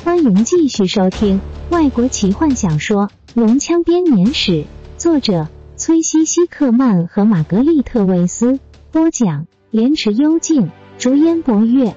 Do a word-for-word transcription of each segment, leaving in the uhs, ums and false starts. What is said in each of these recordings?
欢迎继续收听外国奇幻小说《龙枪编年史》，作者崔西西克曼和玛格丽特维斯，播讲莲池幽静，竹烟博月。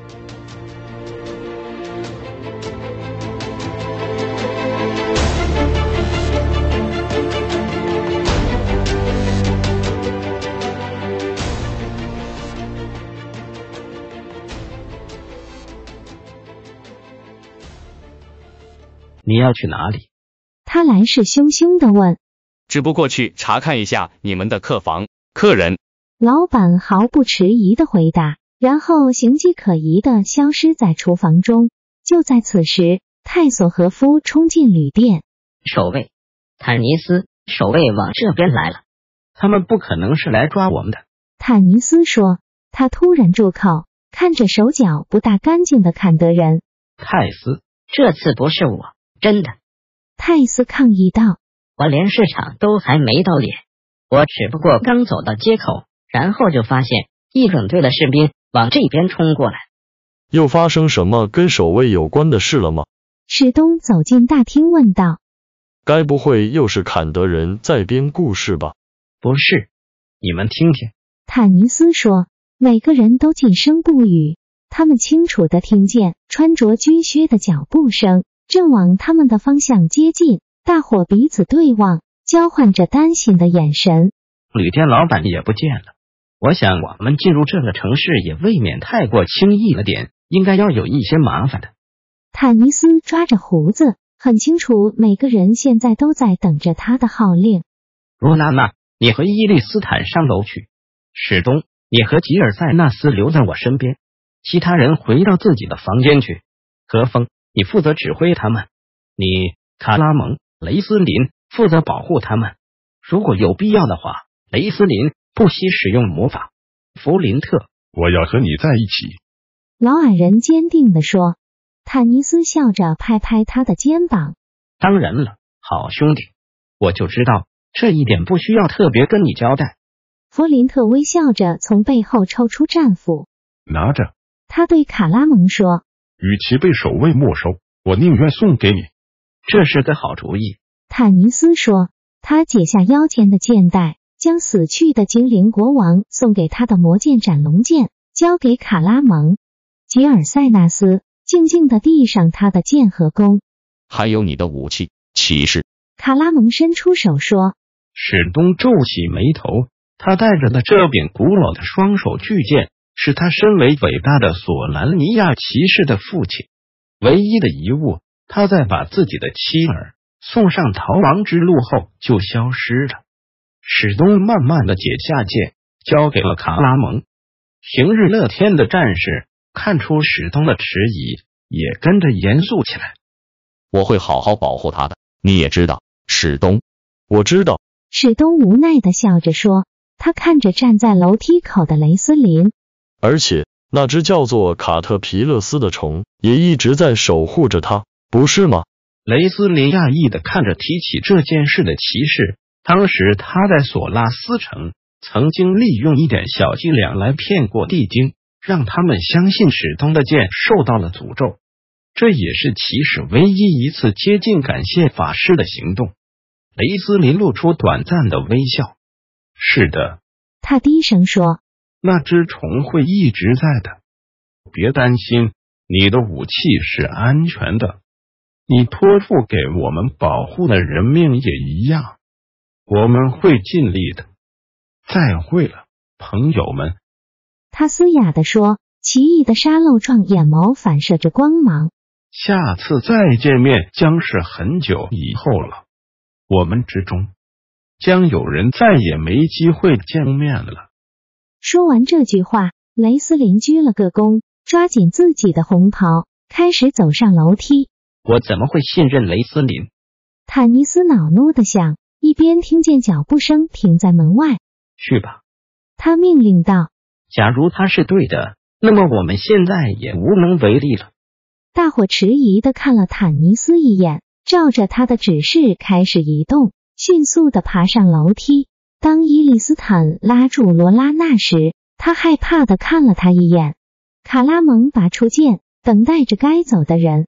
你要去哪里？ 他来势汹汹地问。 只不过去查看一下你们的客房，客人。 老板毫不迟疑地回答，然后形迹可疑地消失在厨房中。就在此时，泰索和夫冲进旅店。 守卫，坦尼斯，守卫往这边来了。 他们不可能是来抓我们的。 坦尼斯说。他突然住口，看着手脚不大干净的坎德人。 泰斯， 这次不是我。真的， 泰斯抗议道， 我连市场都还没到脸，我只不过刚走到街口，然后就发现义准队的士兵往这边冲过来。 又发生什么跟守卫有关的事了吗？ 史东走进大厅问道。 该不会又是坎德人在编故事吧？ 不是，你们听听。 坦尼斯说。每个人都静声不语，他们清楚地听见穿着军靴的脚步声正往他们的方向接近，大伙彼此对望，交换着担心的眼神。 旅店老板也不见了，我想我们进入这个城市也未免太过轻易了点，应该要有一些麻烦的。 坦尼斯抓着胡子，很清楚每个人现在都在等着他的号令。 罗娜娜，你和伊利斯坦上楼去。史东，你和吉尔塞纳斯留在我身边，其他人回到自己的房间去。何风，你负责指挥他们，你卡拉蒙、雷斯林负责保护他们。如果有必要的话，雷斯林不惜使用魔法。弗林特， 我要和你在一起。 老矮人坚定地说。坦尼斯笑着拍拍他的肩膀。 当然了，好兄弟，我就知道这一点不需要特别跟你交代。 弗林特微笑着从背后抽出战斧， 拿着。 他对卡拉蒙说。 与其被守卫没收，我宁愿送给你。 这是个好主意。 坦尼斯说。他解下腰间的剑带，将死去的精灵国王送给他的魔剑斩龙剑交给卡拉蒙。吉尔塞纳斯静静地递上他的剑和弓。 还有你的武器，骑士。 卡拉蒙伸出手说。 史东皱起眉头，他带着的这柄古老的双手巨剑是他身为伟大的索兰尼亚骑士的父亲唯一的遗物，他在把自己的妻儿送上逃亡之路后就消失了。史东慢慢的解下剑，交给了卡拉蒙。平日乐天的战士看出史东的迟疑，也跟着严肃起来。 我会好好保护他的，你也知道，史东。 我知道。 史东无奈地笑着说。他看着站在楼梯口的雷斯林。 而且那只叫做卡特皮勒斯的虫也一直在守护着他，不是吗？ 雷斯林讶异地看着提起这件事的骑士，当时他在索拉斯城曾经利用一点小伎俩来骗过地精，让他们相信史东的剑受到了诅咒。这也是骑士唯一一次接近感谢法师的行动。雷斯林露出短暂的微笑。是的， 他低声说。 那只虫会一直在的，别担心，你的武器是安全的，你托付给我们保护的人命也一样，我们会尽力的。再会了，朋友们。 他嘶哑地说，奇异的沙漏状眼眸反射着光芒。 下次再见面将是很久以后了，我们之中将有人再也没机会见面了。 说完这句话，雷斯林鞠了个躬，抓紧自己的红袍，开始走上楼梯。 我怎么会信任雷斯林？ 坦尼斯恼怒地想，一边听见脚步声停在门外。 去吧， 他命令道。 假如他是对的，那么我们现在也无能为力了。 大伙迟疑地看了坦尼斯一眼，照着他的指示开始移动，迅速地爬上楼梯。当伊利斯坦拉住罗拉娜时，他害怕地看了他一眼。卡拉蒙拔出剑，等待着该走的人。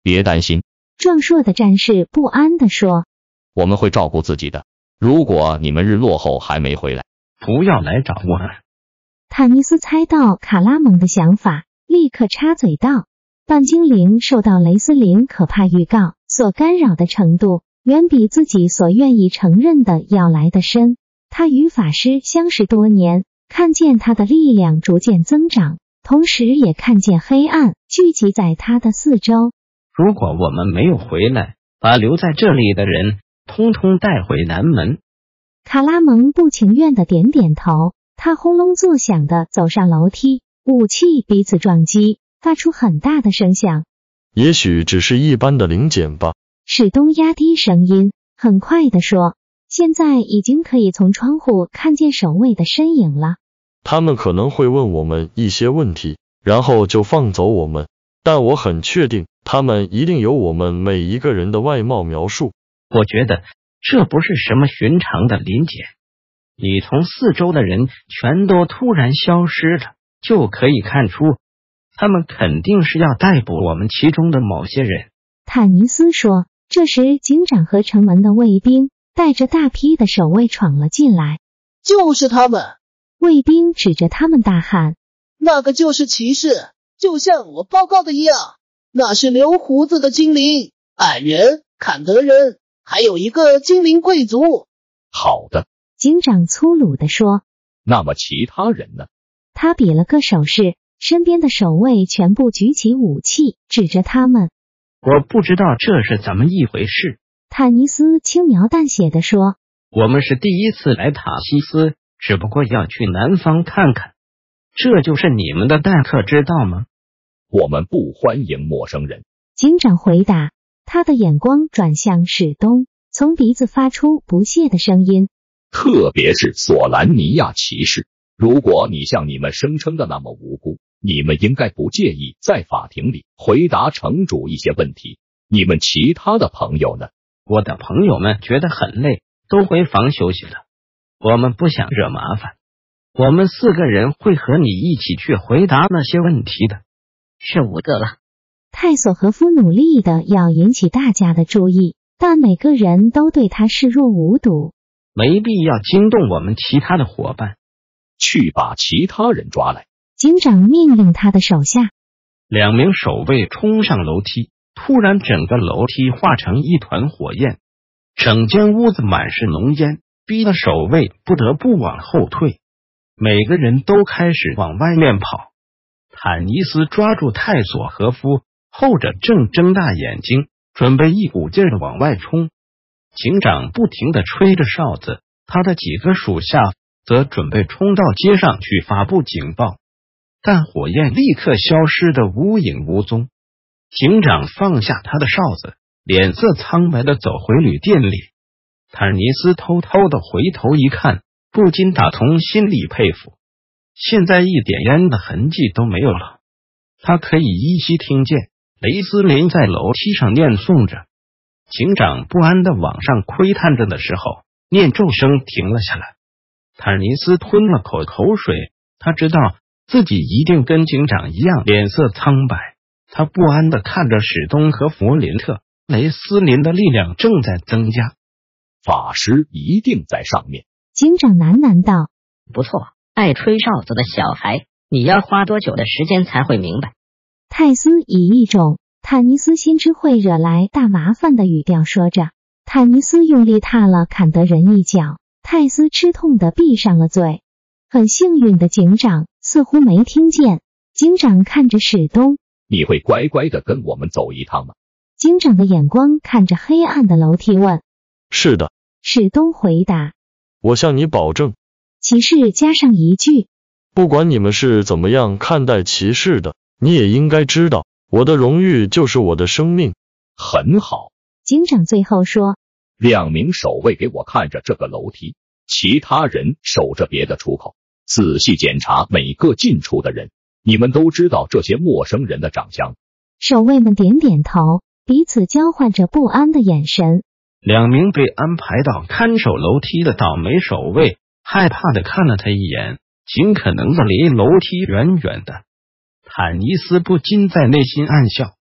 别担心， 壮硕的战士不安地说。 我们会照顾自己的。如果你们日落后还没回来， 不要来找我们。 坦尼斯猜到卡拉蒙的想法，立刻插嘴道：半精灵受到雷斯林可怕预告所干扰的程度，远比自己所愿意承认的要来得深。他与法师相识多年，看见他的力量逐渐增长，同时也看见黑暗聚集在他的四周。 如果我们没有回来，把留在这里的人通通带回南门。 卡拉蒙不情愿的点点头，他轰隆作响的走上楼梯，武器彼此撞击，发出很大的声响。 也许只是一般的零件吧。 史东压低声音，很快地说，现在已经可以从窗户看见守卫的身影了。 他们可能会问我们一些问题，然后就放走我们，但我很确定他们一定有我们每一个人的外貌描述。 我觉得这不是什么寻常的临检，你从四周的人全都突然消失了，就可以看出他们肯定是要逮捕我们其中的某些人。 坦尼斯说。这时警长和城门的卫兵带着大批的守卫闯了进来。 就是他们！ 卫兵指着他们大喊， 那个就是骑士，就像我报告的一样，那是留胡子的精灵、矮人、坎德人，还有一个精灵贵族。 好的， 警长粗鲁地说。 那么其他人呢？ 他比了个手势，身边的守卫全部举起武器，指着他们。 我不知道这是怎么一回事。 坦尼斯轻描淡写地说， 我们是第一次来塔西斯，只不过要去南方看看。这就是你们的待客之道吗？ 我们不欢迎陌生人。 警长回答，他的眼光转向史东，从鼻子发出不屑的声音。 特别是索兰尼亚骑士，如果你像你们声称的那么无辜，你们应该不介意在法庭里回答城主一些问题。你们其他的朋友呢？ 我的朋友们觉得很累，都回房休息了。我们不想惹麻烦，我们四个人会和你一起去回答那些问题的。 是五个了。 泰索和夫努力的要引起大家的注意，但每个人都对他视若无睹。 没必要惊动我们其他的伙伴。 去把其他人抓来。 警长命令他的手下。 两名守卫冲上楼梯，突然整个楼梯化成一团火焰，整间屋子满是浓烟，逼得守卫不得不往后退。每个人都开始往外面跑。坦尼斯抓住泰索和夫，后者正睁大眼睛，准备一股劲儿的往外冲。警长不停地吹着哨子，他的几个属下则准备冲到街上去发布警报，但火焰立刻消失得无影无踪。警长放下他的哨子，脸色苍白地走回旅店里。坦尼斯偷偷地回头一看，不禁打从心里佩服。现在一点烟的痕迹都没有了，他可以依稀听见雷斯林在楼梯上念诵着。警长不安地往上窥探着的时候，念咒声停了下来。坦尼斯吞了口口水，他知道自己一定跟警长一样脸色苍白。他不安地看着史东和弗林特，雷斯林的力量正在增加。 法师一定在上面。 警长喃喃道。 不错，爱吹哨子的小孩，你要花多久的时间才会明白？ 泰斯以一种坦尼斯心知会惹来大麻烦的语调说着。坦尼斯用力踏了坎德人一脚，泰斯吃痛地闭上了嘴。很幸运的警长似乎没听见。警长看着史东， 你会乖乖的跟我们走一趟吗？ 警长的眼光看着黑暗的楼梯问。 是的， 史东回答。 我向你保证。 骑士加上一句， 不管你们是怎么样看待骑士的，你也应该知道，我的荣誉就是我的生命。 很好。 警长最后说。 两名守卫给我看着这个楼梯，其他人守着别的出口，仔细检查每个进出的人。你们都知道这些陌生人的长相。 守卫们点点头，彼此交换着不安的眼神。 两名被安排到看守楼梯的倒霉守卫害怕地看了他一眼，尽可能的离楼梯远远的。坦尼斯不禁在内心暗笑，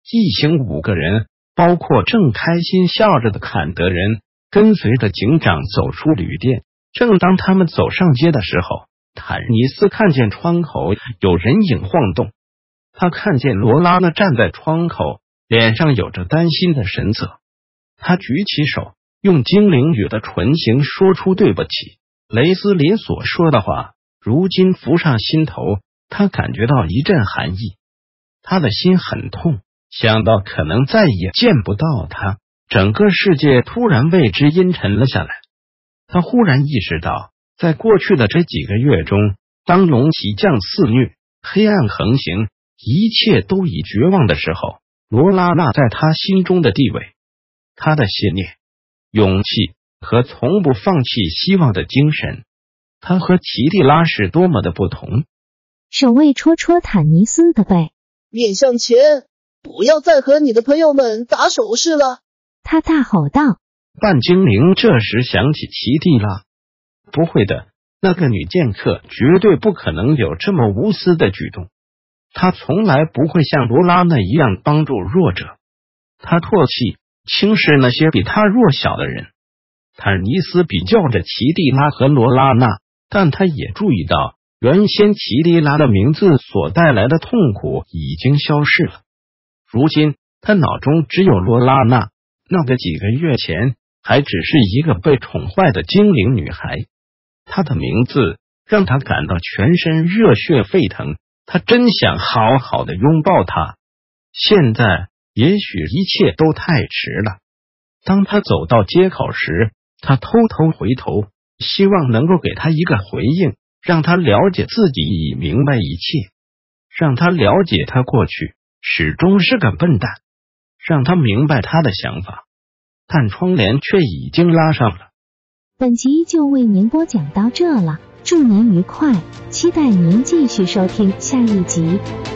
一行五个人，包括正开心笑着的坎德人，跟随着警长走出旅店。正当他们走上街的时候，坦尼斯看见窗口有人影晃动，他看见罗拉娜站在窗口，脸上有着担心的神色。他举起手，用精灵语的纯情说出对不起。雷斯林所说的话如今浮上心头，他感觉到一阵寒意，他的心很痛，想到可能再也见不到他，整个世界突然为之阴沉了下来。他忽然意识到，在过去的这几个月中，当龙骑将肆虐，黑暗横行，一切都已绝望的时候，罗拉娜在他心中的地位，他的信念、勇气和从不放弃希望的精神，他和奇蒂拉是多么的不同。 守卫戳戳坦尼斯的背， 面向前，不要再和你的朋友们打手势了。 他大吼道。 半精灵这时想起奇蒂拉，不会的，那个女剑客绝对不可能有这么无私的举动，她从来不会像罗拉娜一样帮助弱者，她唾弃轻视那些比她弱小的人。坦尼斯比较着奇蒂拉和罗拉娜，但他也注意到原先奇蒂拉的名字所带来的痛苦已经消逝了，如今他脑中只有罗拉娜，那个几个月前还只是一个被宠坏的精灵女孩。她的名字让他感到全身热血沸腾，他真想好好的拥抱她。现在也许一切都太迟了。当他走到街口时，他偷偷回头，希望能够给他一个回应，让他了解自己已明白一切，让他了解他过去始终是个笨蛋，让他明白他的想法。但窗帘却已经拉上了。 本集就为您播讲到这了，祝您愉快，期待您继续收听下一集。